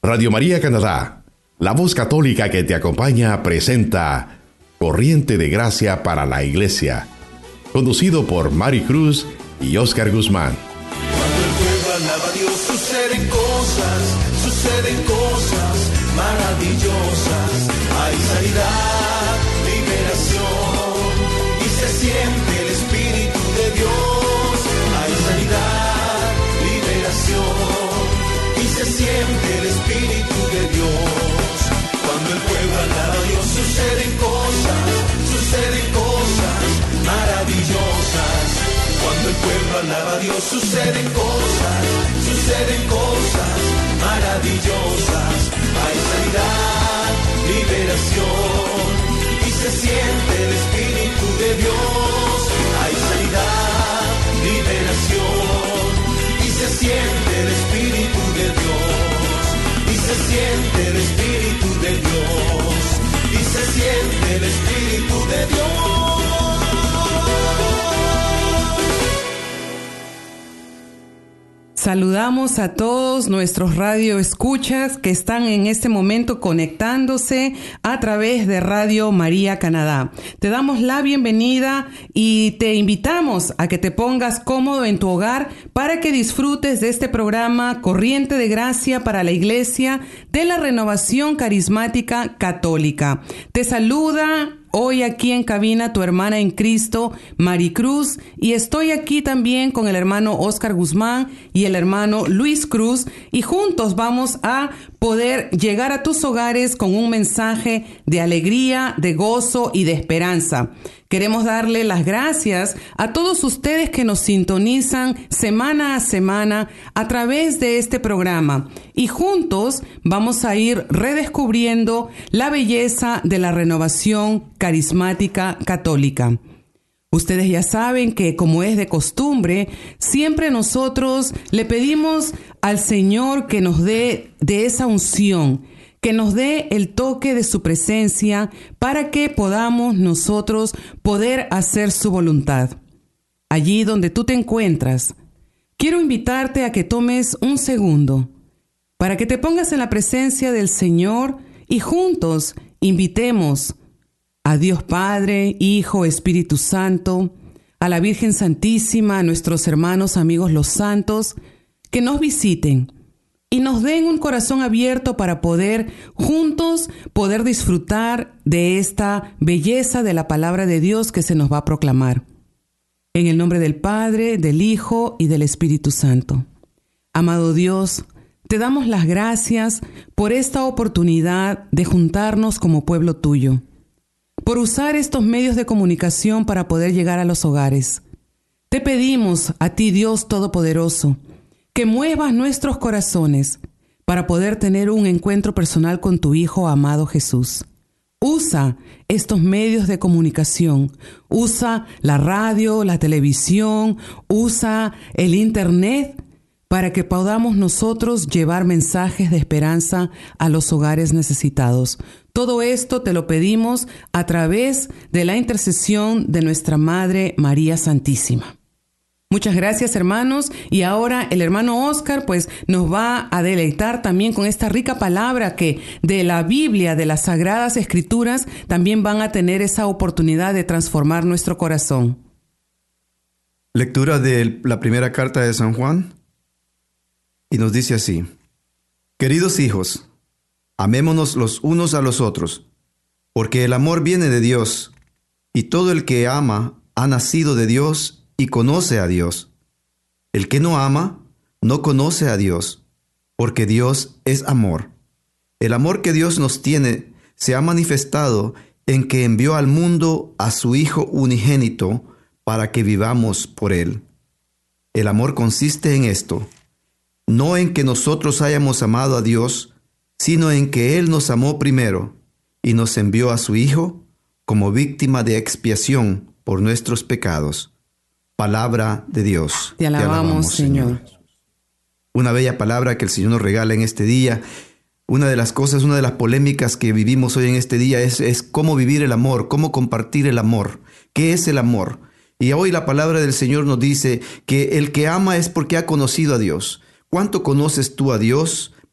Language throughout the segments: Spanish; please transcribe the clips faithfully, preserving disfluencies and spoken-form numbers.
Radio María Canadá, la voz católica que te acompaña, presenta Corriente de Gracia para la Iglesia, conducido por Mari Cruz y Oscar Guzmán. Cuando el pueblo alaba a Dios, suceden cosas, suceden cosas maravillosas. Hay sanidad, liberación, y se siente el Espíritu de Dios. Hay sanidad, liberación, y se siente el Espíritu de Dios. Cuando el pueblo alaba a Dios, suceden cosas, suceden cosas maravillosas. Cuando el pueblo alaba a Dios, suceden cosas, suceden cosas maravillosas. Hay sanidad, liberación, y se siente el Espíritu de Dios. Hay sanidad, liberación, y se siente el Espíritu de Dios. Y se siente el Espíritu de Dios. Y se siente el Espíritu de Dios. Saludamos a todos nuestros radioescuchas que están en este momento conectándose a través de Radio María Canadá. Te damos la bienvenida y te invitamos a que te pongas cómodo en tu hogar para que disfrutes de este programa Corriente de Gracia para la Iglesia de la Renovación Carismática Católica. Te saluda hoy aquí en cabina tu hermana en Cristo, Mari Cruz, y estoy aquí también con el hermano Oscar Guzmán y el hermano Luis Cruz, y juntos vamos a poder llegar a tus hogares con un mensaje de alegría, de gozo y de esperanza. Queremos darle las gracias a todos ustedes que nos sintonizan semana a semana a través de este programa, y juntos vamos a ir redescubriendo la belleza de la renovación carismática católica. Ustedes ya saben que, como es de costumbre, siempre nosotros le pedimos al Señor que nos dé de esa unción, que nos dé el toque de su presencia para que podamos nosotros poder hacer su voluntad. Allí donde tú te encuentras, quiero invitarte a que tomes un segundo para que te pongas en la presencia del Señor y juntos invitemos a Dios Padre, Hijo, Espíritu Santo, a la Virgen Santísima, a nuestros hermanos, amigos los santos, que nos visiten y nos den un corazón abierto para poder juntos poder disfrutar de esta belleza de la palabra de Dios que se nos va a proclamar. En el nombre del Padre, del Hijo y del Espíritu Santo. Amado Dios, te damos las gracias por esta oportunidad de juntarnos como pueblo tuyo, por usar estos medios de comunicación para poder llegar a los hogares. Te pedimos a ti, Dios Todopoderoso, que muevas nuestros corazones para poder tener un encuentro personal con tu Hijo amado Jesús. Usa estos medios de comunicación, usa la radio, la televisión, usa el internet para que podamos nosotros llevar mensajes de esperanza a los hogares necesitados. Todo esto te lo pedimos a través de la intercesión de nuestra Madre María Santísima. Muchas gracias, hermanos, y ahora el hermano Oscar pues nos va a deleitar también con esta rica palabra que de la Biblia, de las Sagradas Escrituras, también van a tener esa oportunidad de transformar nuestro corazón. Lectura de la primera carta de San Juan, y nos dice así: Queridos hijos, amémonos los unos a los otros, porque el amor viene de Dios, y todo el que ama ha nacido de Dios y conoce a Dios. El que no ama, no conoce a Dios, porque Dios es amor. El amor que Dios nos tiene se ha manifestado en que envió al mundo a su Hijo unigénito para que vivamos por Él. El amor consiste en esto, no en que nosotros hayamos amado a Dios, sino en que Él nos amó primero y nos envió a su Hijo como víctima de expiación por nuestros pecados. Palabra de Dios. Te alabamos, Te alabamos Señor. Señor. Una bella palabra que el Señor nos regala en este día. Una de las cosas, una de las polémicas que vivimos hoy en este día es, es cómo vivir el amor, cómo compartir el amor. ¿Qué es el amor? Y hoy la palabra del Señor nos dice que el que ama es porque ha conocido a Dios. ¿Cuánto conoces tú a Dios?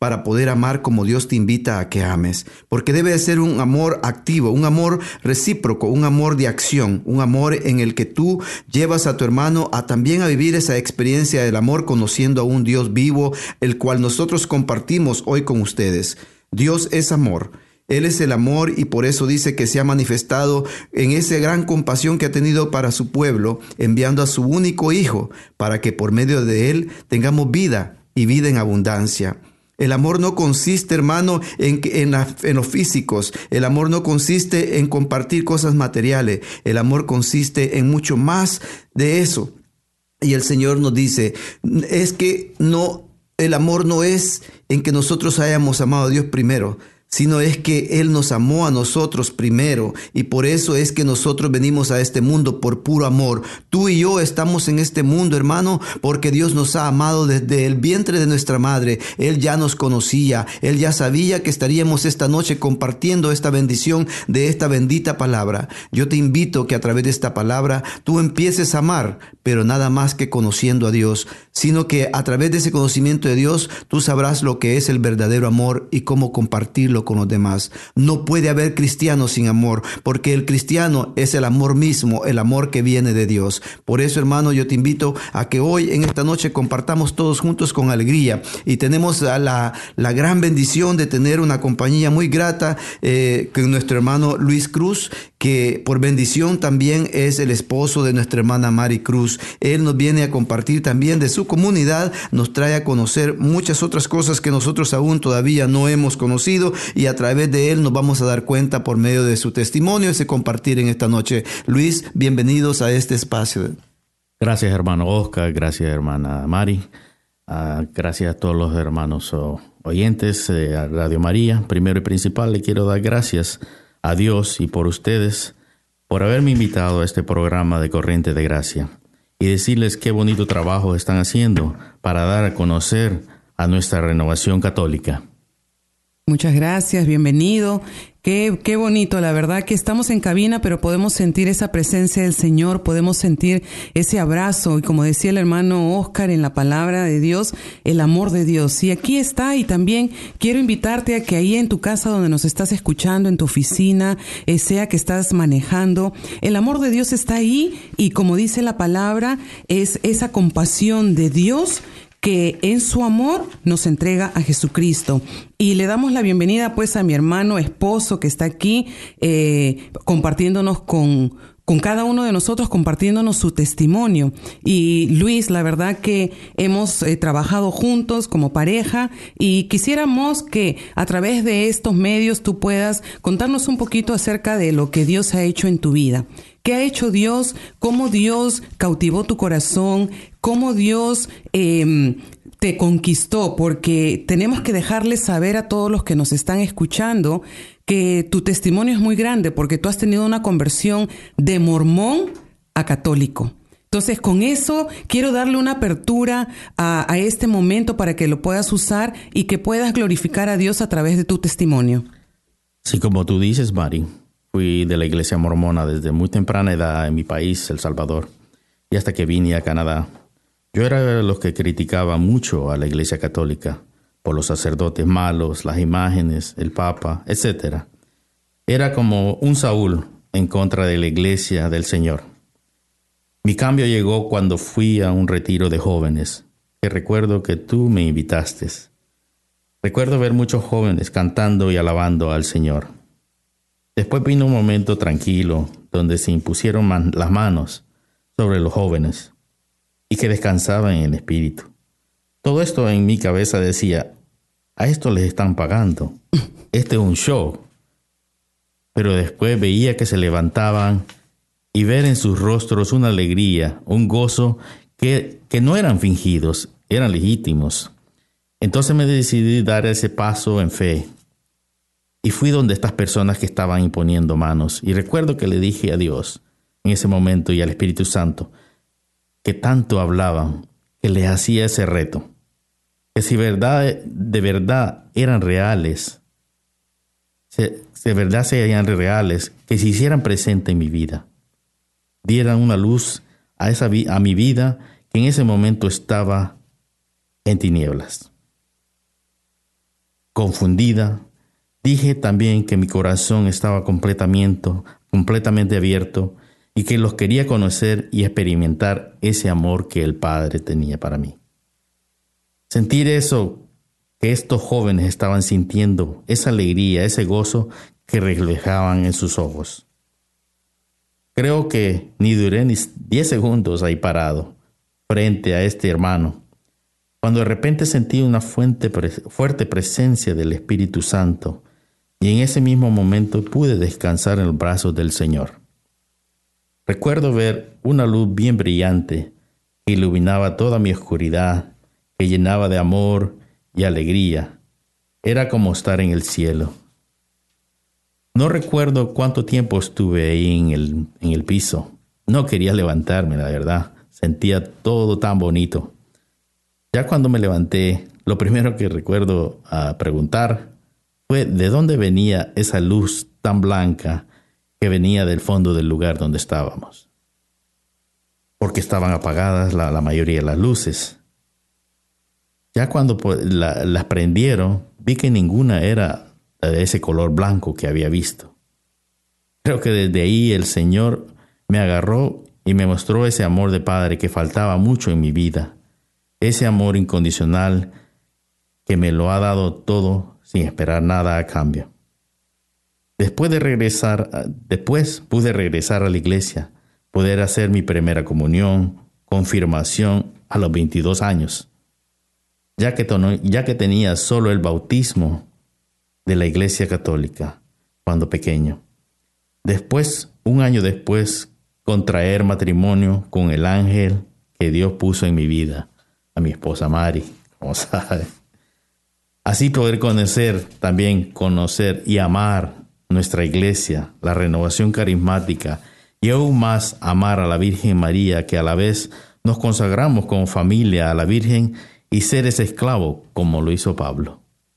para poder amar como Dios te invita a que ames. Porque debe de ser un amor activo, un amor recíproco, un amor de acción, un amor en el que tú llevas a tu hermano a también a vivir esa experiencia del amor, conociendo a un Dios vivo, el cual nosotros compartimos hoy con ustedes. Dios es amor. Él es el amor y por eso dice que se ha manifestado en esa gran compasión que ha tenido para su pueblo, enviando a su único Hijo para que por medio de Él tengamos vida y vida en abundancia. El amor no consiste, hermano, en, en, la, en los físicos. El amor no consiste en compartir cosas materiales. El amor consiste en mucho más de eso. Y el Señor nos dice, es que no, el amor no es en que nosotros hayamos amado a Dios primero, sino es que Él nos amó a nosotros primero y por eso es que nosotros venimos a este mundo por puro amor. Tú y yo estamos en este mundo, hermano, porque Dios nos ha amado desde el vientre de nuestra madre. Él ya nos conocía, Él ya sabía que estaríamos esta noche compartiendo esta bendición de esta bendita palabra. Yo te invito que a través de esta palabra tú empieces a amar, pero nada más que conociendo a Dios, sino que a través de ese conocimiento de Dios tú sabrás lo que es el verdadero amor y cómo compartirlo con los demás. No puede haber cristiano sin amor, porque el cristiano es el amor mismo, el amor que viene de Dios. Por eso, hermano, yo te invito a que hoy en esta noche compartamos todos juntos con alegría y tenemos la, la gran bendición de tener una compañía muy grata eh, con nuestro hermano Luis Cruz, que por bendición también es el esposo de nuestra hermana Mari Cruz. Él nos viene a compartir también de su comunidad, nos trae a conocer muchas otras cosas que nosotros aún todavía no hemos conocido y a través de él nos vamos a dar cuenta por medio de su testimonio, ese compartir en esta noche. Luis, bienvenidos a este espacio. Gracias, hermano Oscar, gracias, hermana Mari, uh, gracias a todos los hermanos oh, oyentes de uh, Radio María. Primero y principal, le quiero dar gracias a Dios y por ustedes por haberme invitado a este programa de Corriente de Gracia y decirles qué bonito trabajo están haciendo para dar a conocer a nuestra renovación católica. Muchas gracias, bienvenido. Qué, qué bonito, la verdad que estamos en cabina, pero podemos sentir esa presencia del Señor, podemos sentir ese abrazo y como decía el hermano Oscar en la palabra de Dios, el amor de Dios. Y aquí está, y también quiero invitarte a que ahí en tu casa donde nos estás escuchando, en tu oficina, eh, sea que estás manejando, el amor de Dios está ahí y como dice la palabra, es esa compasión de Dios que en su amor nos entrega a Jesucristo. Y le damos la bienvenida pues a mi hermano esposo que está aquí eh, compartiéndonos con, con cada uno de nosotros, compartiéndonos su testimonio. Y Luis, la verdad que hemos eh, trabajado juntos como pareja y quisiéramos que a través de estos medios tú puedas contarnos un poquito acerca de lo que Dios ha hecho en tu vida. ¿Qué ha hecho Dios? ¿Cómo Dios cautivó tu corazón? ¿Cómo Dios eh, te conquistó? Porque tenemos que dejarles saber a todos los que nos están escuchando que tu testimonio es muy grande porque tú has tenido una conversión de mormón a católico. Entonces, con eso quiero darle una apertura a, a este momento para que lo puedas usar y que puedas glorificar a Dios a través de tu testimonio. Sí, como tú dices, Mari. Fui de la iglesia mormona desde muy temprana edad en mi país, El Salvador, y hasta que vine a Canadá. Yo era de los que criticaba mucho a la iglesia católica por los sacerdotes malos, las imágenes, el papa, etcétera. Era como un Saúl en contra de la iglesia del Señor. Mi cambio llegó cuando fui a un retiro de jóvenes, que recuerdo que tú me invitaste. Recuerdo ver muchos jóvenes cantando y alabando al Señor. Después vino un momento tranquilo donde se impusieron man- las manos sobre los jóvenes y que descansaban en el espíritu. Todo esto en mi cabeza decía, a esto les están pagando, este es un show. Pero después veía que se levantaban y ver en sus rostros una alegría, un gozo que, que no eran fingidos, eran legítimos. Entonces me decidí dar ese paso en fe. Y fui donde estas personas que estaban imponiendo manos. Y recuerdo que le dije a Dios en ese momento y al Espíritu Santo que tanto hablaban, que les hacía ese reto. Que si verdad, de verdad eran reales, si de verdad serían reales, que se hicieran presente en mi vida. Dieran una luz a, esa, a mi vida que en ese momento estaba en tinieblas. confundida. Dije también que mi corazón estaba completamente, completamente abierto y que los quería conocer y experimentar ese amor que el Padre tenía para mí. Sentir eso que estos jóvenes estaban sintiendo, esa alegría, ese gozo que reflejaban en sus ojos. Creo que ni duré ni diez segundos ahí parado frente a este hermano, cuando de repente sentí una fuente, fuerte presencia del Espíritu Santo, y en ese mismo momento pude descansar en los brazos del Señor. Recuerdo ver una luz bien brillante que iluminaba toda mi oscuridad, que llenaba de amor y alegría. Era como estar en el cielo. No recuerdo cuánto tiempo estuve ahí en el, en el piso. No quería levantarme, la verdad. Sentía todo tan bonito. Ya cuando me levanté, lo primero que recuerdo a preguntar fue de dónde venía esa luz tan blanca que venía del fondo del lugar donde estábamos. Porque estaban apagadas la, la mayoría de las luces. Ya cuando pues, la, las prendieron, vi que ninguna era de ese color blanco que había visto. Creo que desde ahí el Señor me agarró y me mostró ese amor de Padre que faltaba mucho en mi vida. Ese amor incondicional que me lo ha dado todo sin esperar nada a cambio. Después de regresar, después pude regresar a la iglesia, poder hacer mi primera comunión, confirmación a los veintidós años, ya que, tono, ya que tenía solo el bautismo de la iglesia católica cuando pequeño. Después, un año después, contraer matrimonio con el ángel que Dios puso en mi vida, a mi esposa Mari, como sabe. Así poder conocer, también conocer y amar nuestra iglesia, la renovación carismática, y aún más amar a la Virgen María, que a la vez nos consagramos como familia a la Virgen y ser ese esclavo, como lo hizo Pablo.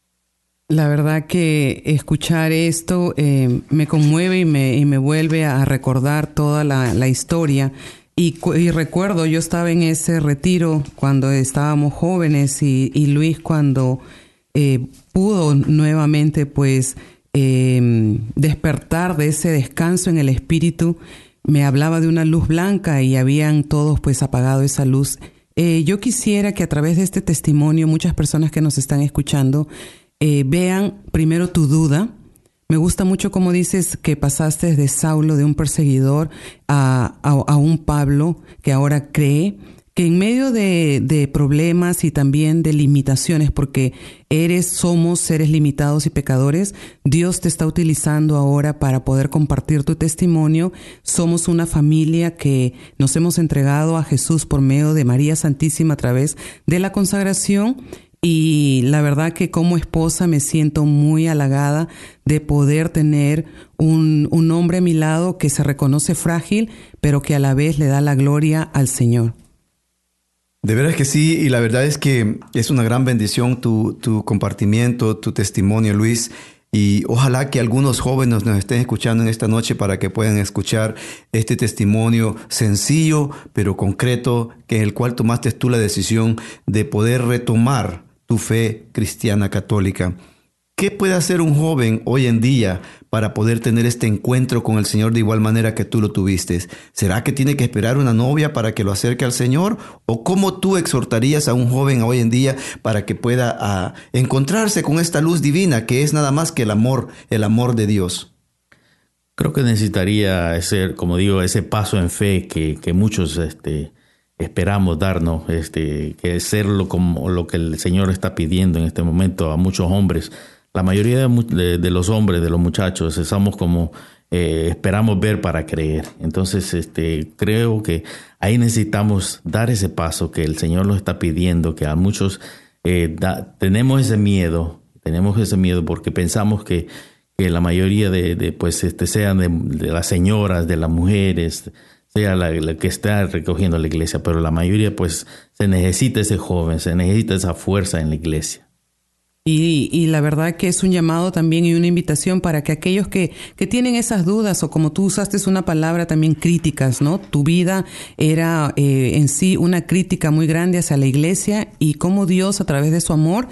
La verdad que escuchar esto eh, me conmueve y me, y me vuelve a recordar toda la, la historia. Y, y recuerdo, yo estaba en ese retiro cuando estábamos jóvenes y, y Luis cuando eh, pudo nuevamente pues eh, despertar de ese descanso en el espíritu, me hablaba de una luz blanca y habían todos pues apagado esa luz. Eh, yo quisiera que a través de este testimonio muchas personas que nos están escuchando eh, vean primero tu duda. Me gusta mucho cómo dices que pasaste de Saulo, de un perseguidor, a, a, a un Pablo que ahora cree, que en medio de, de problemas y también de limitaciones, porque eres, somos seres limitados y pecadores, Dios te está utilizando ahora para poder compartir tu testimonio. Somos una familia que nos hemos entregado a Jesús por medio de María Santísima a través de la consagración. Y la verdad que como esposa me siento muy halagada de poder tener un, un hombre a mi lado que se reconoce frágil, pero que a la vez le da la gloria al Señor. De veras que sí, y la verdad es que es una gran bendición tu, tu compartimiento, tu testimonio, Luis. Y ojalá que algunos jóvenes nos estén escuchando en esta noche para que puedan escuchar este testimonio sencillo, pero concreto, que en el cual tomaste tú la decisión de poder retomar tu fe cristiana católica. ¿Qué puede hacer un joven hoy en día para poder tener este encuentro con el Señor de igual manera que tú lo tuviste? ¿Será que tiene que esperar una novia para que lo acerque al Señor? ¿O cómo tú exhortarías a un joven hoy en día para que pueda a, encontrarse con esta luz divina que es nada más que el amor, el amor de Dios? Creo que necesitaría ese, como digo, ese paso en fe que, que muchos este, esperamos darnos, este, que es ser lo, como lo que el Señor está pidiendo en este momento a muchos hombres. La mayoría de, de, de los hombres, de los muchachos, estamos como eh, esperamos ver para creer. Entonces, este, creo que ahí necesitamos dar ese paso que el Señor nos está pidiendo, que a muchos eh, da, tenemos ese miedo, tenemos ese miedo porque pensamos que, que la mayoría de, de pues, este, sean de, de las señoras, de las mujeres, sea la, la que está recogiendo la iglesia, pero la mayoría, pues, se necesita ese joven, se necesita esa fuerza en la iglesia. Y, y la verdad que es un llamado también y una invitación para que aquellos que, que tienen esas dudas, o como tú usaste una palabra también, críticas, ¿no? Tu vida era eh, en sí una crítica muy grande hacia la iglesia y cómo Dios a través de su amor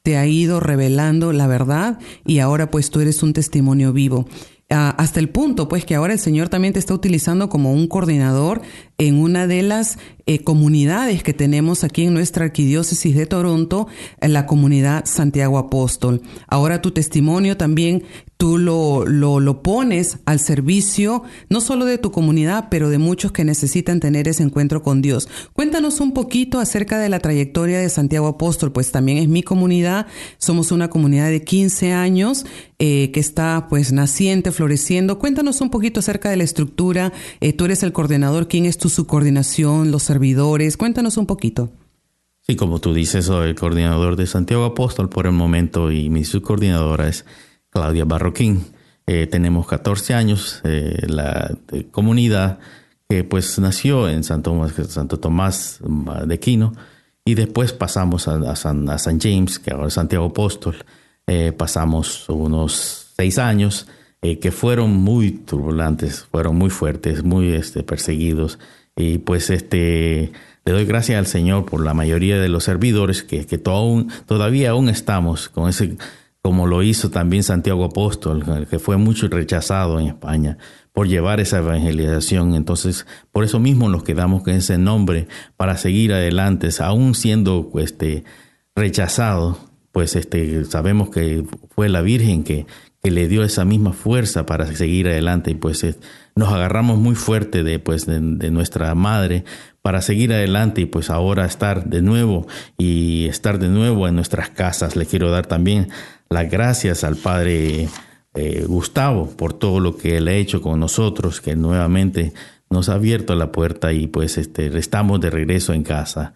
te ha ido revelando la verdad y ahora pues tú eres un testimonio vivo. Uh, hasta el punto, pues, que ahora el Señor también te está utilizando como un coordinador en una de las eh, comunidades que tenemos aquí en nuestra arquidiócesis de Toronto, en la comunidad Santiago Apóstol. Ahora tu testimonio también tú lo, lo, lo pones al servicio no solo de tu comunidad, pero de muchos que necesitan tener ese encuentro con Dios. Cuéntanos un poquito acerca de la trayectoria de Santiago Apóstol, pues también es mi comunidad. Somos una comunidad de quince años eh, que está pues naciente, floreciendo. Cuéntanos un poquito acerca de la estructura. Eh, tú eres el coordinador. ¿Quién es tu subcoordinación? ¿Los servidores? Cuéntanos un poquito. Sí, como tú dices, soy el coordinador de Santiago Apóstol por el momento y mi subcoordinadora es Claudia Barroquín. Eh, tenemos catorce años. Eh, la eh, comunidad que pues nació en Santo, Santo Tomás de Aquino y después pasamos a, a, San, a San James, que ahora es Santiago Apóstol. Eh, pasamos unos seis años eh, que fueron muy turbulentos, fueron muy fuertes, muy este, perseguidos. Y pues este le doy gracias al Señor por la mayoría de los servidores que, que to- todavía aún estamos con ese, como lo hizo también Santiago Apóstol, que fue mucho rechazado en España por llevar esa evangelización. Entonces, por eso mismo nos quedamos con ese nombre para seguir adelante, aún siendo este, rechazado. Pues este, sabemos que fue la Virgen que, que le dio esa misma fuerza para seguir adelante y pues eh, nos agarramos muy fuerte de, pues, de, de nuestra madre para seguir adelante y pues ahora estar de nuevo y estar de nuevo en nuestras casas. Le quiero dar también las gracias al Padre eh, Gustavo por todo lo que él ha hecho con nosotros, que nuevamente nos ha abierto la puerta y pues este, estamos de regreso en casa.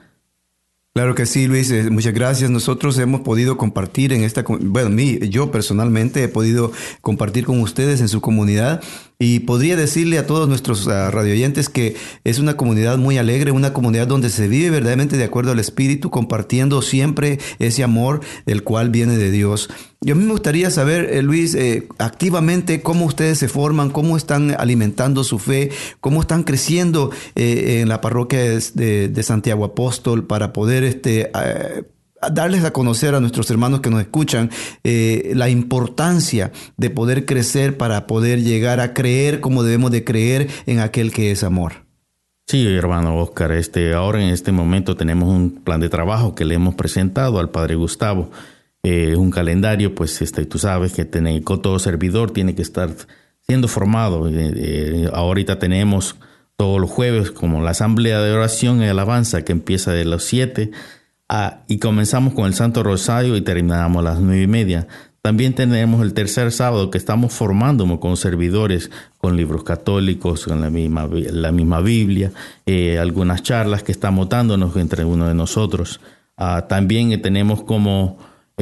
Claro que sí, Luis, eh, muchas gracias. Nosotros hemos podido compartir en esta, bueno, mí, yo personalmente he podido compartir con ustedes en su comunidad y podría decirle a todos nuestros uh, radioyentes que es una comunidad muy alegre, una comunidad donde se vive verdaderamente de acuerdo al Espíritu, compartiendo siempre ese amor del cual viene de Dios. Yo a mí me gustaría saber, eh, Luis, eh, activamente cómo ustedes se forman, cómo están alimentando su fe, cómo están creciendo eh, en la parroquia de, de, de Santiago Apóstol para poder este, eh, darles a conocer a nuestros hermanos que nos escuchan eh, la importancia de poder crecer para poder llegar a creer como debemos de creer en aquel que es amor. Sí, hermano Oscar, este, ahora en este momento tenemos un plan de trabajo que le hemos presentado al Padre Gustavo. Eh, un calendario, pues este, tú sabes que tiene, todo servidor tiene que estar siendo formado. Eh, eh, ahorita tenemos todos los jueves como la asamblea de oración y alabanza que empieza de los siete a, y comenzamos con el Santo Rosario y terminamos a las nueve y media. También tenemos el tercer sábado que estamos formándonos con servidores, con libros católicos, con la misma, la misma Biblia, eh, algunas charlas que estamos dándonos entre uno de nosotros. Uh, también tenemos como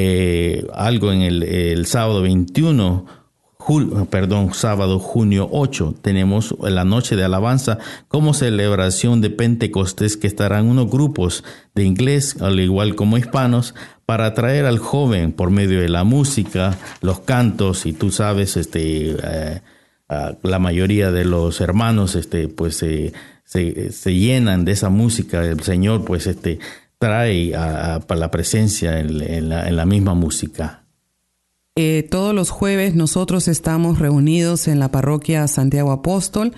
Eh, algo en el, el sábado veintiuno, jul, perdón, sábado junio ocho, tenemos la noche de alabanza como celebración de Pentecostés que estarán unos grupos de inglés, al igual como hispanos, para atraer al joven por medio de la música, los cantos y tú sabes, este, eh, uh, la mayoría de los hermanos, este, pues eh, se, se llenan de esa música. El Señor, pues, este, trae a, a, para la presencia en, en, la, en la misma música. Eh, todos los jueves nosotros estamos reunidos en la parroquia Santiago Apóstol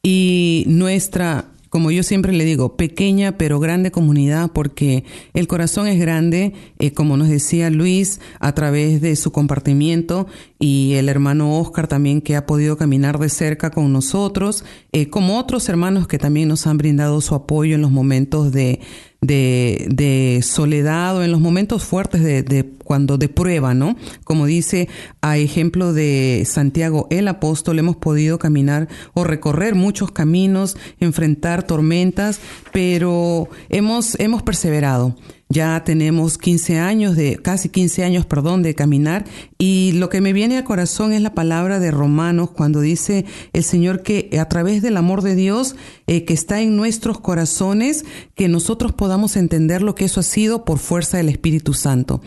y nuestra, como yo siempre le digo, pequeña pero grande comunidad, porque el corazón es grande, eh, como nos decía Luis, a través de su compartimiento, y el hermano Oscar también, que ha podido caminar de cerca con nosotros, eh, como otros hermanos que también nos han brindado su apoyo en los momentos de De, de soledad o en los momentos fuertes de, de cuando de prueba, ¿no? Como dice, a ejemplo de Santiago el Apóstol, hemos podido caminar o recorrer muchos caminos, enfrentar tormentas, pero hemos, hemos perseverado. Ya tenemos quince años de, casi quince años, perdón, de caminar, y lo que me viene al corazón es la palabra de Romanos cuando dice el Señor que a través del amor de Dios eh, que está en nuestros corazones, que nosotros podamos entender lo que eso ha sido por fuerza del Espíritu Santo. Entonces,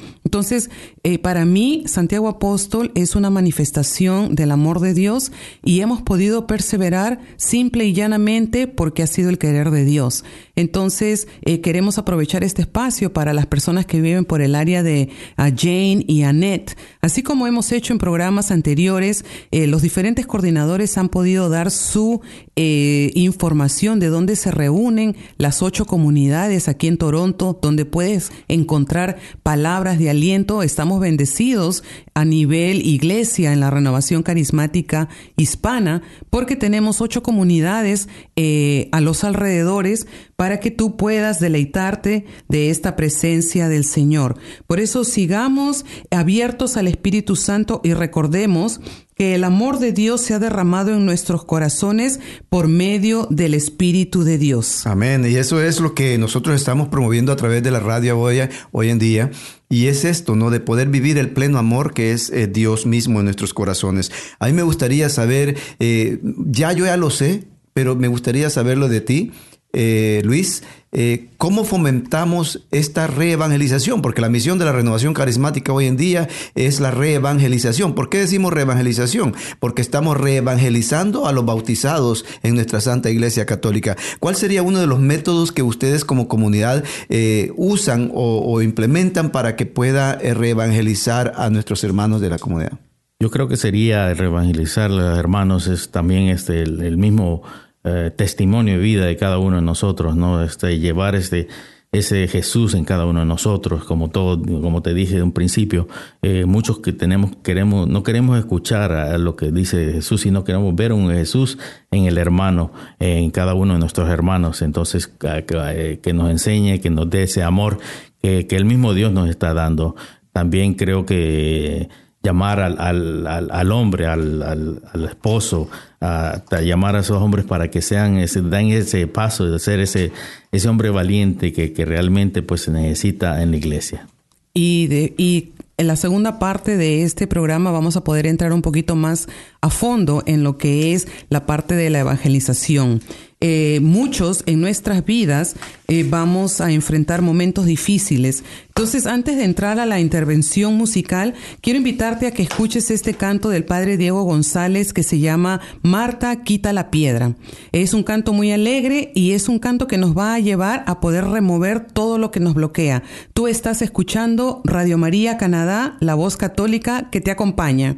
Entonces, eh, para mí, Santiago Apóstol es una manifestación del amor de Dios y hemos podido perseverar simple y llanamente porque ha sido el querer de Dios. Entonces, eh, queremos aprovechar este espacio para las personas que viven por el área de uh, Jane y Annette. Así como hemos hecho en programas anteriores, eh, los diferentes coordinadores han podido dar su eh, información de dónde se reúnen las ocho comunidades aquí en Toronto, donde puedes encontrar palabras de aliento. Estamos bendecidos a nivel iglesia en la Renovación Carismática Hispana porque tenemos ocho comunidades eh, a los alrededores para que tú puedas deleitarte de esta presencia del Señor. Por eso sigamos abiertos al Espíritu Santo y recordemos que el amor de Dios se ha derramado en nuestros corazones por medio del Espíritu de Dios. Amén. Y eso es lo que nosotros estamos promoviendo a través de la radio hoy, hoy en día. Y es esto, ¿no? De poder vivir el pleno amor que es eh, Dios mismo en nuestros corazones. A mí me gustaría saber, eh, ya yo ya lo sé, pero me gustaría saberlo de ti. Eh, Luis, eh, ¿cómo fomentamos esta reevangelización? Porque la misión de la Renovación Carismática hoy en día es la reevangelización. ¿Por qué decimos reevangelización? Porque estamos reevangelizando a los bautizados en nuestra Santa Iglesia Católica. ¿Cuál sería uno de los métodos que ustedes como comunidad eh, usan o, o implementan para que pueda eh, reevangelizar a nuestros hermanos de la comunidad? Yo creo que sería reevangelizar a los hermanos, es también este, el, el mismo Eh, testimonio de vida de cada uno de nosotros, ¿no? Este, llevar este, ese Jesús en cada uno de nosotros, como todo, como te dije de un principio, eh, muchos que tenemos, queremos, no queremos escuchar a lo que dice Jesús, sino queremos ver un Jesús en el hermano, eh, en cada uno de nuestros hermanos. Entonces, que, que nos enseñe, que nos dé ese amor que, que el mismo Dios nos está dando. También creo que llamar al, al, al, al hombre, al, al, al esposo, a, a llamar a esos hombres para que sean ese, den ese paso de ser ese, ese hombre valiente que, que realmente pues se necesita en la iglesia. Y, de, y en la segunda parte de este programa vamos a poder entrar un poquito más a fondo en lo que es la parte de la evangelización. Eh, muchos en nuestras vidas eh, vamos a enfrentar momentos difíciles. Entonces, antes de entrar a la intervención musical, quiero invitarte a que escuches este canto del padre Diego González que se llama Marta, quita la piedra. Es un canto muy alegre y es un canto que nos va a llevar a poder remover todo lo que nos bloquea. Tú estás escuchando Radio María Canadá, la voz católica que te acompaña.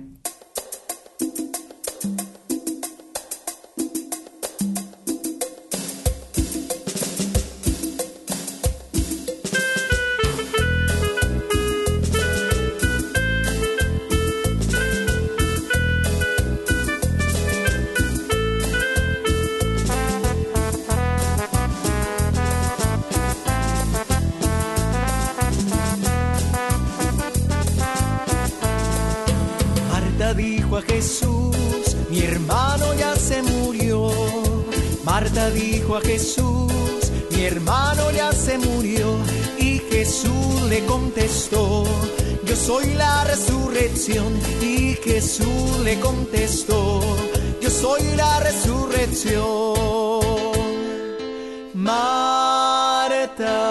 Dijo a Jesús, mi hermano ya se murió. Marta dijo a Jesús, mi hermano ya se murió. Y Jesús le contestó, yo soy la resurrección. Y Jesús le contestó, yo soy la resurrección. Marta,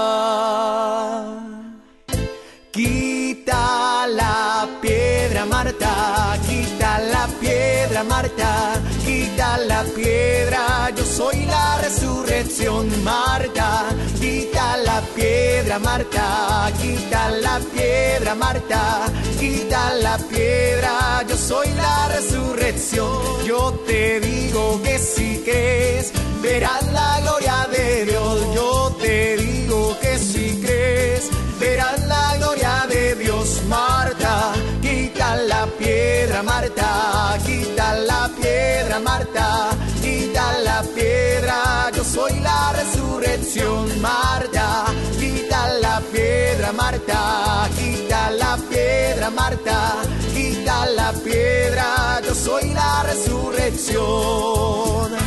quita la piedra, Marta, quita la piedra, Marta, quita la piedra, yo soy la resurrección, Marta, quita la piedra, Marta, quita la piedra, Marta, quita la piedra, yo soy la resurrección. Yo te digo que si crees, verás la gloria de Dios. Yo te digo que si crees, verás la gloria de Dios. Marta, quita la piedra, Marta, quita la piedra, Marta, quita la piedra, yo soy la resurrección. Marta, quita la piedra, Marta, quita la piedra, Marta, quita la piedra, yo soy la resurrección.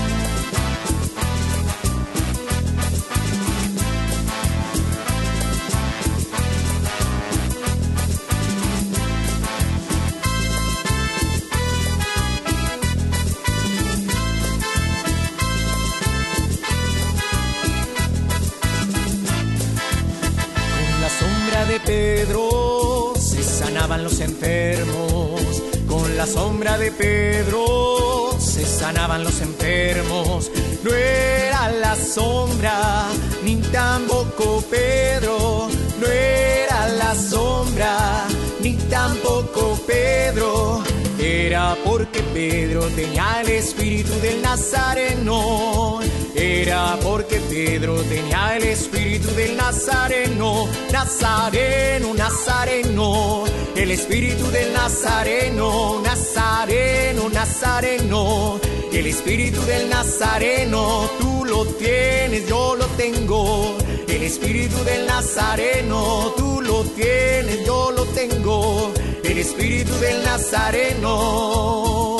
De Pedro la sombra de Pedro se sanaban los enfermos. No era la sombra, ni tampoco Pedro. No era la sombra, ni tampoco Pedro. Era porque Pedro tenía el espíritu del Nazareno. Era porque Pedro tenía el espíritu del Nazareno. Nazareno, Nazareno, el espíritu del Nazareno. Nazareno, Nazareno, el espíritu del Nazareno. Tú lo tienes, yo lo tengo. El espíritu del Nazareno. Tú lo tienes, yo lo tengo. El espíritu del Nazareno.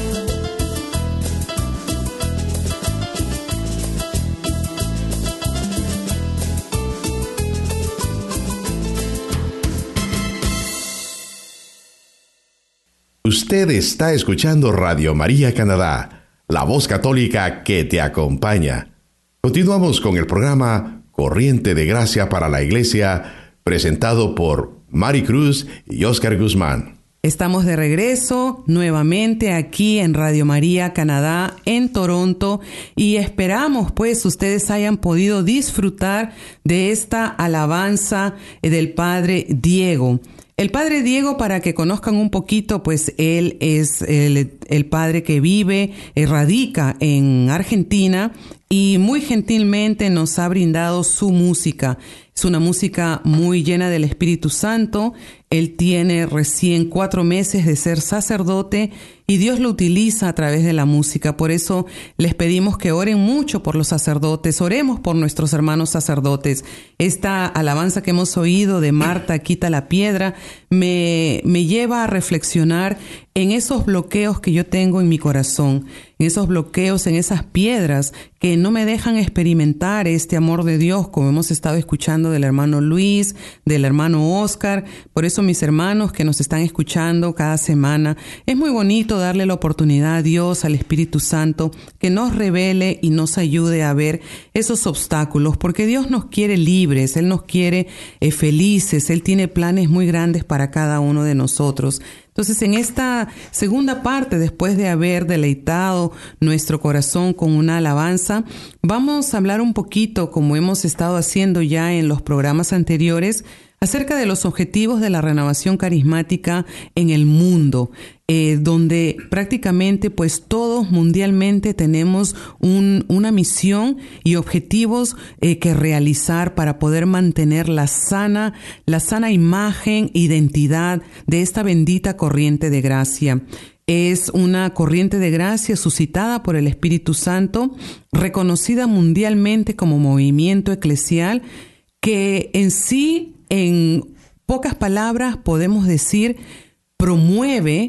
Usted está escuchando Radio María Canadá, la voz católica que te acompaña. Continuamos con el programa Corriente de Gracia para la Iglesia, presentado por Mari Cruz y Oscar Guzmán. Estamos de regreso nuevamente aquí en Radio María Canadá en Toronto y esperamos pues ustedes hayan podido disfrutar de esta alabanza del Padre Diego. El Padre Diego, para que conozcan un poquito, pues él es el, el padre que vive, radica en Argentina y muy gentilmente nos ha brindado su música. Es una música muy llena del Espíritu Santo. Él tiene recién cuatro meses de ser sacerdote y Dios lo utiliza a través de la música. Por eso les pedimos que oren mucho por los sacerdotes, oremos por nuestros hermanos sacerdotes. Esta alabanza que hemos oído de Marta, quita la piedra, me, me lleva a reflexionar en esos bloqueos que yo tengo en mi corazón, en esos bloqueos, en esas piedras que no me dejan experimentar este amor de Dios, como hemos estado escuchando del hermano Luis, del hermano Oscar. Por eso, mis hermanos que nos están escuchando cada semana, es muy bonito darle la oportunidad a Dios, al Espíritu Santo, que nos revele y nos ayude a ver esos obstáculos, porque Dios nos quiere libres, Él nos quiere eh, felices, Él tiene planes muy grandes para cada uno de nosotros. Entonces, en esta segunda parte, después de haber deleitado nuestro corazón con una alabanza, vamos a hablar un poquito, como hemos estado haciendo ya en los programas anteriores, acerca de los objetivos de la renovación carismática en el mundo, eh, donde prácticamente pues todos mundialmente tenemos un, una misión y objetivos eh, que realizar para poder mantener la sana, la sana imagen, identidad de esta bendita corriente de gracia. Es una corriente de gracia suscitada por el Espíritu Santo, reconocida mundialmente como movimiento eclesial, que en sí, en pocas palabras, podemos decir, promueve,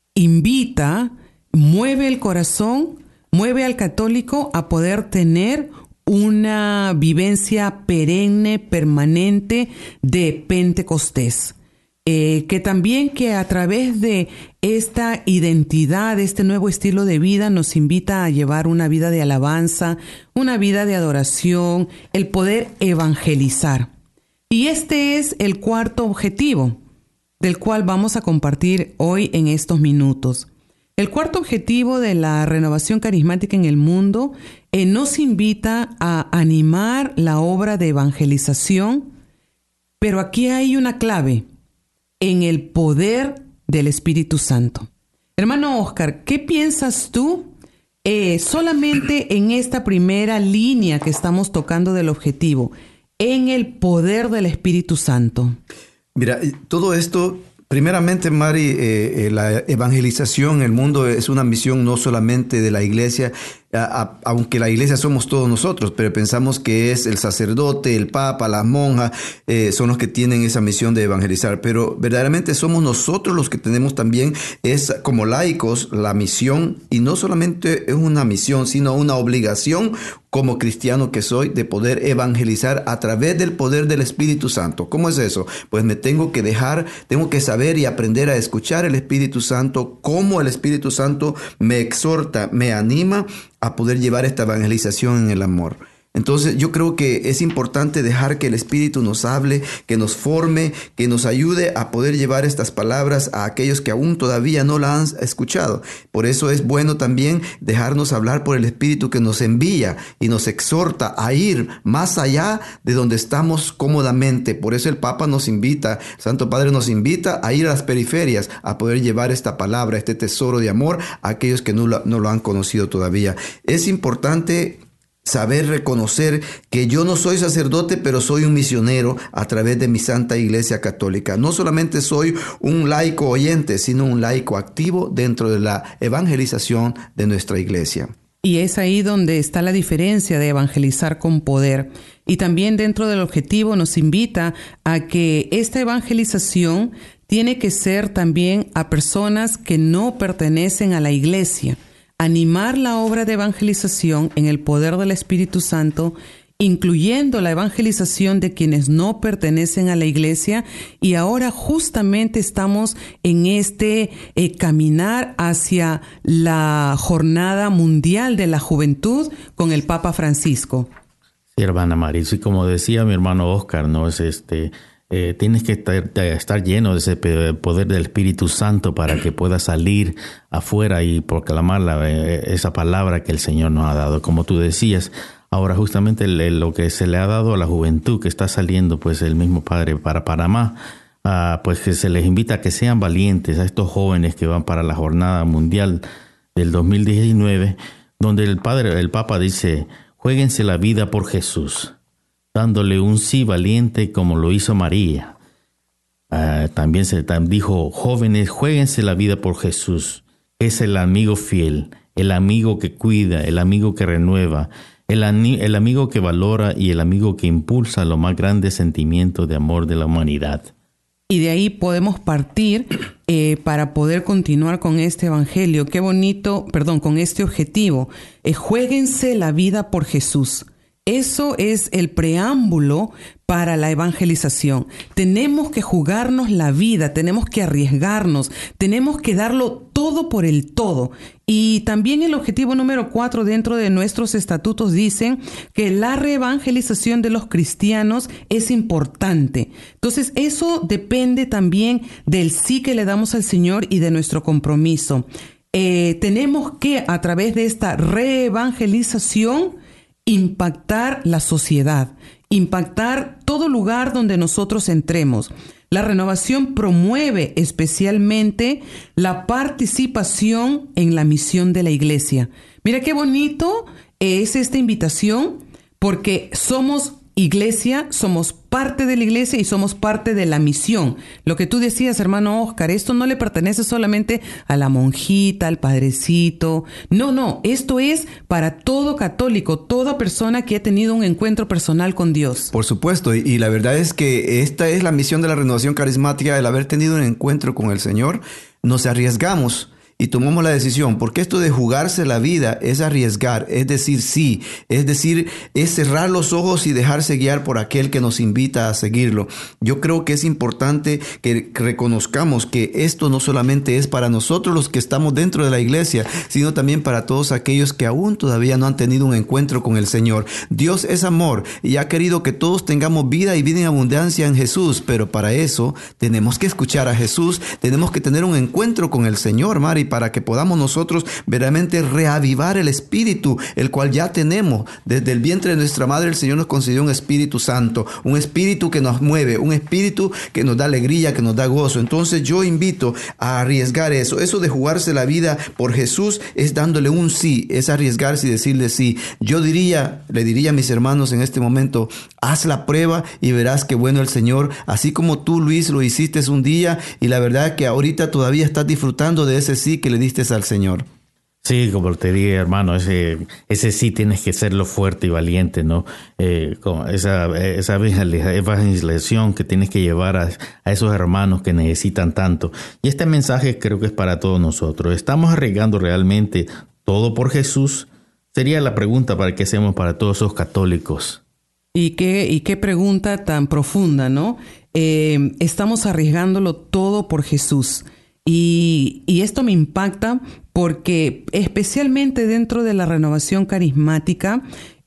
invita, mueve el corazón, mueve al católico a poder tener una vivencia perenne, permanente de Pentecostés. Eh, que también que a través de esta identidad, de este nuevo estilo de vida, nos invita a llevar una vida de alabanza, una vida de adoración, el poder evangelizar. Y este es el cuarto objetivo, del cual vamos a compartir hoy en estos minutos. El cuarto objetivo de la renovación carismática en el mundo eh, nos invita a animar la obra de evangelización, pero aquí hay una clave: en el poder del Espíritu Santo. Hermano Oscar, ¿qué piensas tú eh, solamente en esta primera línea que estamos tocando del objetivo, en el poder del Espíritu Santo? Mira, todo esto, primeramente, Mari, eh, eh, la evangelización en el mundo es una misión no solamente de la iglesia, a, a, aunque la iglesia somos todos nosotros, pero pensamos que es el sacerdote, el papa, las monjas, eh, son los que tienen esa misión de evangelizar, pero verdaderamente somos nosotros los que tenemos también, es como laicos, la misión, y no solamente es una misión, sino una obligación como cristiano que soy, de poder evangelizar a través del poder del Espíritu Santo. ¿Cómo es eso? Pues me tengo que dejar, tengo que saber y aprender a escuchar el Espíritu Santo, cómo el Espíritu Santo me exhorta, me anima a poder llevar esta evangelización en el amor. Entonces yo creo que es importante dejar que el Espíritu nos hable, que nos forme, que nos ayude a poder llevar estas palabras a aquellos que aún todavía no la han escuchado. Por eso es bueno también dejarnos hablar por el Espíritu que nos envía y nos exhorta a ir más allá de donde estamos cómodamente. Por eso el Papa nos invita, el Santo Padre nos invita a ir a las periferias, a poder llevar esta palabra, este tesoro de amor a aquellos que no lo, no lo han conocido todavía. Es importante saber reconocer que yo no soy sacerdote, pero soy un misionero a través de mi Santa Iglesia Católica. No solamente soy un laico oyente, sino un laico activo dentro de la evangelización de nuestra iglesia. Y es ahí donde está la diferencia de evangelizar con poder. Y también dentro del objetivo nos invita a que esta evangelización tiene que ser también a personas que no pertenecen a la iglesia. Animar la obra de evangelización en el poder del Espíritu Santo, incluyendo la evangelización de quienes no pertenecen a la iglesia. Y ahora justamente estamos en este eh, caminar hacia la Jornada Mundial de la Juventud con el Papa Francisco. Sí, hermana Maris, y como decía mi hermano Oscar, ¿no? Es este... Eh, tienes que estar, estar lleno de ese poder del Espíritu Santo para que puedas salir afuera y proclamar la, eh, esa palabra que el Señor nos ha dado. Como tú decías, ahora justamente el, lo que se le ha dado a la juventud que está saliendo, pues el mismo Padre para Panamá, uh, pues que se les invita a que sean valientes a estos jóvenes que van para la Jornada Mundial del dos mil diecinueve, donde el Padre, el Papa dice, juéguense la vida por Jesús, dándole un sí valiente como lo hizo María. Uh, también se también dijo, jóvenes, juéguense la vida por Jesús. Es el amigo fiel, el amigo que cuida, el amigo que renueva, el, el amigo que valora y el amigo que impulsa los más grandes sentimientos de amor de la humanidad. Y de ahí podemos partir eh, para poder continuar con este evangelio. Qué bonito, perdón, con este objetivo. Eh, juéguense la vida por Jesús. Eso es el preámbulo para la evangelización. Tenemos que jugarnos la vida, tenemos que arriesgarnos, tenemos que darlo todo por el todo. Y también el objetivo número cuatro dentro de nuestros estatutos dicen que la reevangelización de los cristianos es importante. Entonces, eso depende también del sí que le damos al Señor y de nuestro compromiso. Eh, tenemos que, a través de esta reevangelización, impactar la sociedad, impactar todo lugar donde nosotros entremos. La renovación promueve especialmente la participación en la misión de la iglesia. Mira qué bonito es esta invitación, porque somos iglesia, somos parte de la iglesia y somos parte de la misión. Lo que tú decías, hermano Oscar, esto no le pertenece solamente a la monjita, al padrecito. No, no, esto es para todo católico, toda persona que ha tenido un encuentro personal con Dios. Por supuesto, y, y la verdad es que esta es la misión de la renovación carismática, el haber tenido un encuentro con el Señor. Nos arriesgamos y tomamos la decisión, porque esto de jugarse la vida es arriesgar, es decir sí, es decir, es cerrar los ojos y dejarse guiar por aquel que nos invita a seguirlo. Yo creo que es importante que reconozcamos que esto no solamente es para nosotros los que estamos dentro de la iglesia, sino también para todos aquellos que aún todavía no han tenido un encuentro con el Señor. Dios es amor y ha querido que todos tengamos vida y vida en abundancia en Jesús, pero para eso tenemos que escuchar a Jesús, tenemos que tener un encuentro con el Señor, Mari, para que podamos nosotros verdaderamente reavivar el espíritu, el cual ya tenemos. Desde el vientre de nuestra madre el Señor nos concedió un Espíritu Santo, un espíritu que nos mueve, un espíritu que nos da alegría, que nos da gozo. Entonces yo invito a arriesgar eso. Eso de jugarse la vida por Jesús es dándole un sí, es arriesgarse y decirle sí. Yo diría, le diría a mis hermanos en este momento, haz la prueba y verás qué bueno el Señor, así como tú, Luis, lo hiciste un día, y la verdad que ahorita todavía estás disfrutando de ese sí que le diste al Señor. Sí, como te dije, hermano, ese, ese sí tienes que serlo fuerte y valiente, ¿no? Eh, con esa, esa evangelización que tienes que llevar a, a esos hermanos que necesitan tanto. Y este mensaje creo que es para todos nosotros. ¿Estamos arriesgando realmente todo por Jesús? Sería la pregunta para que hacemos para todos esos católicos. Y qué, y qué pregunta tan profunda, ¿no? Eh, estamos arriesgándolo todo por Jesús. Y, y esto me impacta porque especialmente dentro de la renovación carismática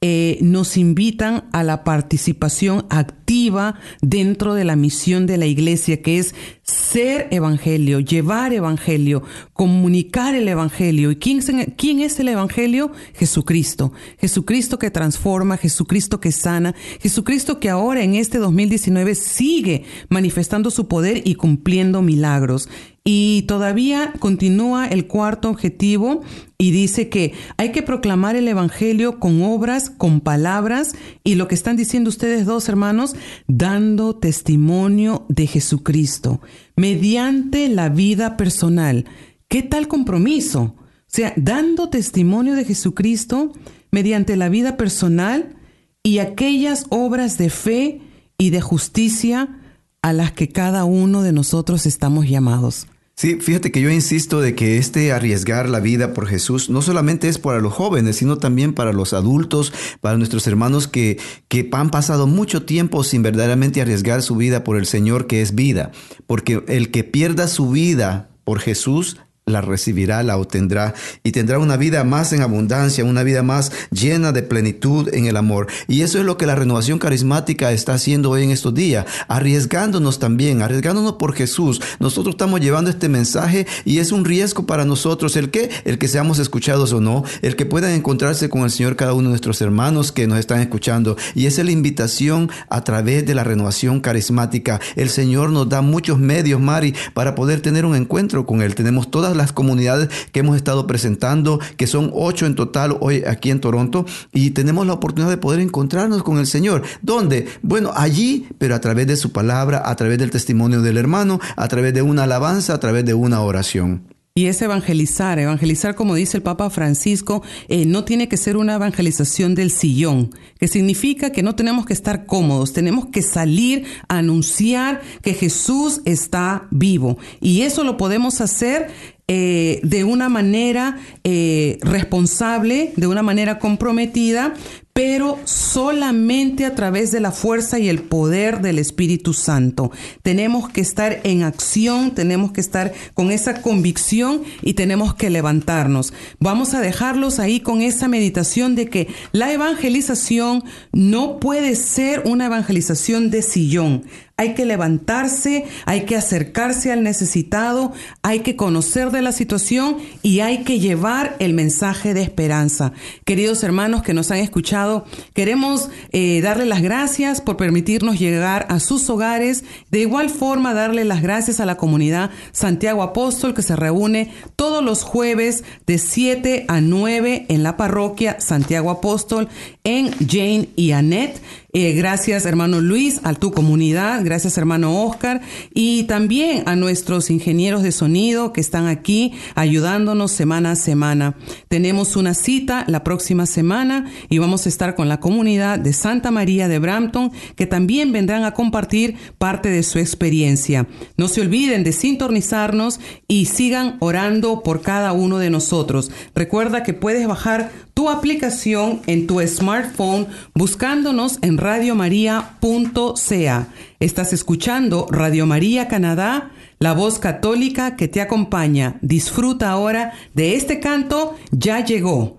eh, nos invitan a la participación activa dentro de la misión de la iglesia, que es ser evangelio, llevar evangelio, comunicar el evangelio. ¿Y quién es, quién es el evangelio? Jesucristo. Jesucristo que transforma, Jesucristo que sana, Jesucristo que ahora en este dos mil diecinueve sigue manifestando su poder y cumpliendo milagros. Y todavía continúa el cuarto objetivo y dice que hay que proclamar el evangelio con obras, con palabras, y lo que están diciendo ustedes dos hermanos, dando testimonio de Jesucristo mediante la vida personal. ¿Qué tal compromiso? O sea, dando testimonio de Jesucristo mediante la vida personal y aquellas obras de fe y de justicia a las que cada uno de nosotros estamos llamados. Sí, fíjate que yo insisto de que este arriesgar la vida por Jesús no solamente es para los jóvenes, sino también para los adultos, para nuestros hermanos que, que han pasado mucho tiempo sin verdaderamente arriesgar su vida por el Señor, que es vida. Porque el que pierda su vida por Jesús la recibirá, la obtendrá y tendrá una vida más en abundancia, una vida más llena de plenitud en el amor. Y eso es lo que la renovación carismática está haciendo hoy en estos días, arriesgándonos también, arriesgándonos por Jesús. Nosotros estamos llevando este mensaje y es un riesgo para nosotros. ¿El qué? El que seamos escuchados o no, el que puedan encontrarse con el Señor cada uno de nuestros hermanos que nos están escuchando. Y esa es la invitación a través de la renovación carismática. El Señor nos da muchos medios, Mari, para poder tener un encuentro con Él. Tenemos todas las comunidades que hemos estado presentando, que son ocho en total hoy aquí en Toronto, y tenemos la oportunidad de poder encontrarnos con el Señor. ¿Dónde? Bueno, allí, pero a través de su palabra, a través del testimonio del hermano, a través de una alabanza, a través de una oración. Y es evangelizar. Evangelizar, como dice el Papa Francisco, eh, no tiene que ser una evangelización del sillón, que significa que no tenemos que estar cómodos, tenemos que salir a anunciar que Jesús está vivo. Y eso lo podemos hacer Eh, de una manera eh, responsable, de una manera comprometida, pero solamente a través de la fuerza y el poder del Espíritu Santo. Tenemos que estar en acción, tenemos que estar con esa convicción y tenemos que levantarnos. Vamos a dejarlos ahí con esa meditación de que la evangelización no puede ser una evangelización de sillón. Hay que levantarse, hay que acercarse al necesitado, hay que conocer de la situación y hay que llevar el mensaje de esperanza. Queridos hermanos que nos han escuchado, queremos eh, darle las gracias por permitirnos llegar a sus hogares. De igual forma, darle las gracias a la comunidad Santiago Apóstol, que se reúne todos los jueves de siete a nueve en la parroquia Santiago Apóstol en Jane y Annette. Eh, gracias, hermano Luis, a tu comunidad. Gracias, hermano Oscar. Y también a nuestros ingenieros de sonido que están aquí ayudándonos semana a semana. Tenemos una cita la próxima semana y vamos a estar con la comunidad de Santa María de Brampton, que también vendrán a compartir parte de su experiencia. No se olviden de sintonizarnos y sigan orando por cada uno de nosotros. Recuerda que puedes bajar tu aplicación en tu smartphone buscándonos en radio maría punto c a. Estás escuchando Radio María Canadá, la voz católica que te acompaña. Disfruta ahora de este canto, Ya Llegó.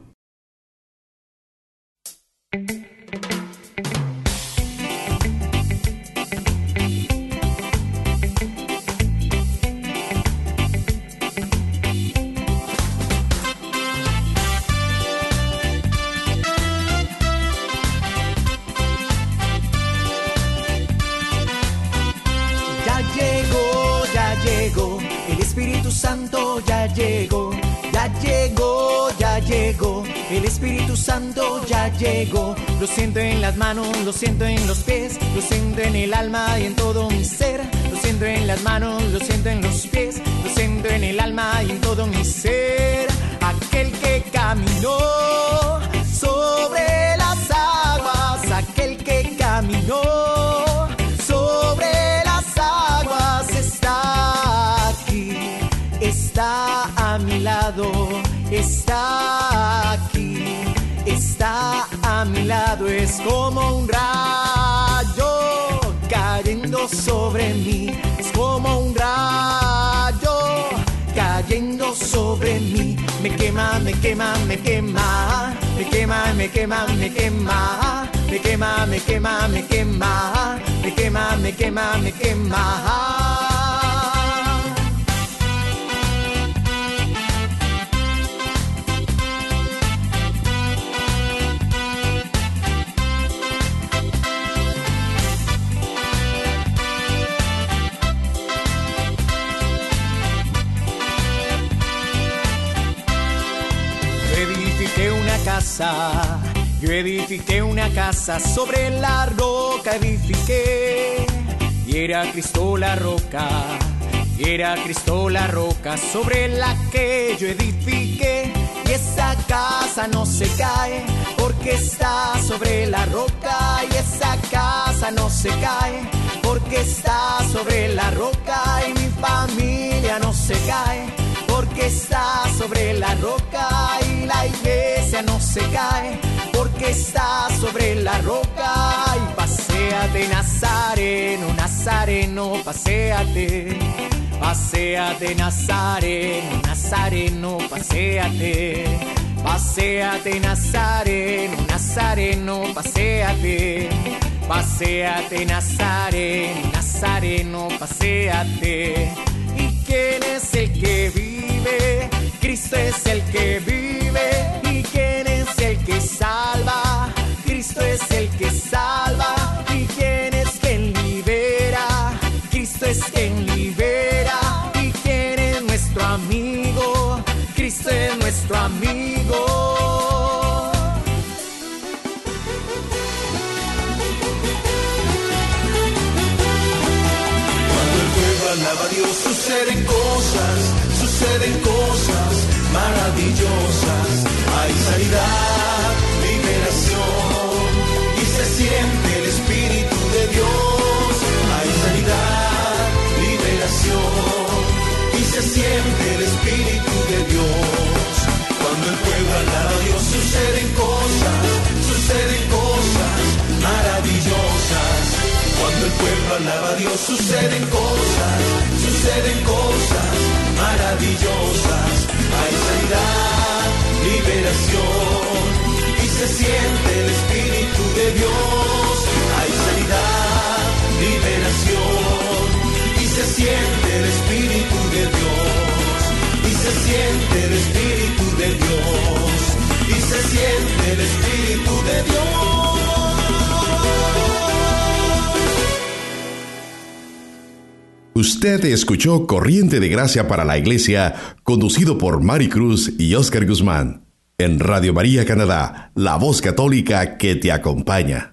Santo ya llegó, ya llegó, ya llegó, el Espíritu Santo ya llegó. Lo siento en las manos, lo siento en los pies, lo siento en el alma y en todo mi ser. Lo siento en las manos, lo siento en los pies, lo siento en el alma y en todo mi ser. Aquel que caminó sobre las aguas, aquel que caminó sobre las aguas está aquí. Está a mi lado, está aquí, está a mi lado. Es como un rayo cayendo sobre mí, es como un rayo cayendo Dios sobre mí. Me quema, me quema, me quema. Me quema, me quema, me quema. Me quema, me quema, me quema. Me quema, me quema, me quema. Casa, yo edifiqué una casa, sobre la roca edifiqué, y era Cristo la roca, y era Cristo la roca sobre la que yo edifiqué, y esa casa no se cae, porque está sobre la roca, y esa casa no se cae, porque está sobre la roca, y mi familia no se cae, porque está sobre la roca, y la iglesia no se cae, porque está sobre la roca. Y paséate, Nazareno, Nazareno, paséate, paséate, Nazareno, Nazareno, paséate, paséate, Nazareno, Nazareno, paséate, paséate, Nazareno, Nazareno, paséate. ¿Y quién es el que vive? Cristo es el que vive. ¿Y quién es el que salva? Cristo es el que salva. ¿Y quién es quien libera? Cristo es quien libera. ¿Y quién es nuestro amigo? Cristo es nuestro amigo. Alaba a Dios, suceden cosas, suceden cosas maravillosas. Hay sanidad, liberación y se siente el Espíritu de Dios. Hay sanidad, liberación y se siente el Espíritu de Dios. Cuando el pueblo alaba a Dios, suceden cosas, suceden cosas maravillosas. Cuando el pueblo alaba a Dios, suceden cosas, suceden cosas maravillosas. Hay sanidad, liberación y se siente el Espíritu de Dios. Hay sanidad, liberación y se siente el Espíritu de Dios. Y se siente el Espíritu de Dios. Y se siente el Espíritu de Dios. Usted escuchó Corriente de Gracia para la Iglesia, conducido por Mari Cruz y Oscar Guzmán, en Radio María Canadá, la voz católica que te acompaña.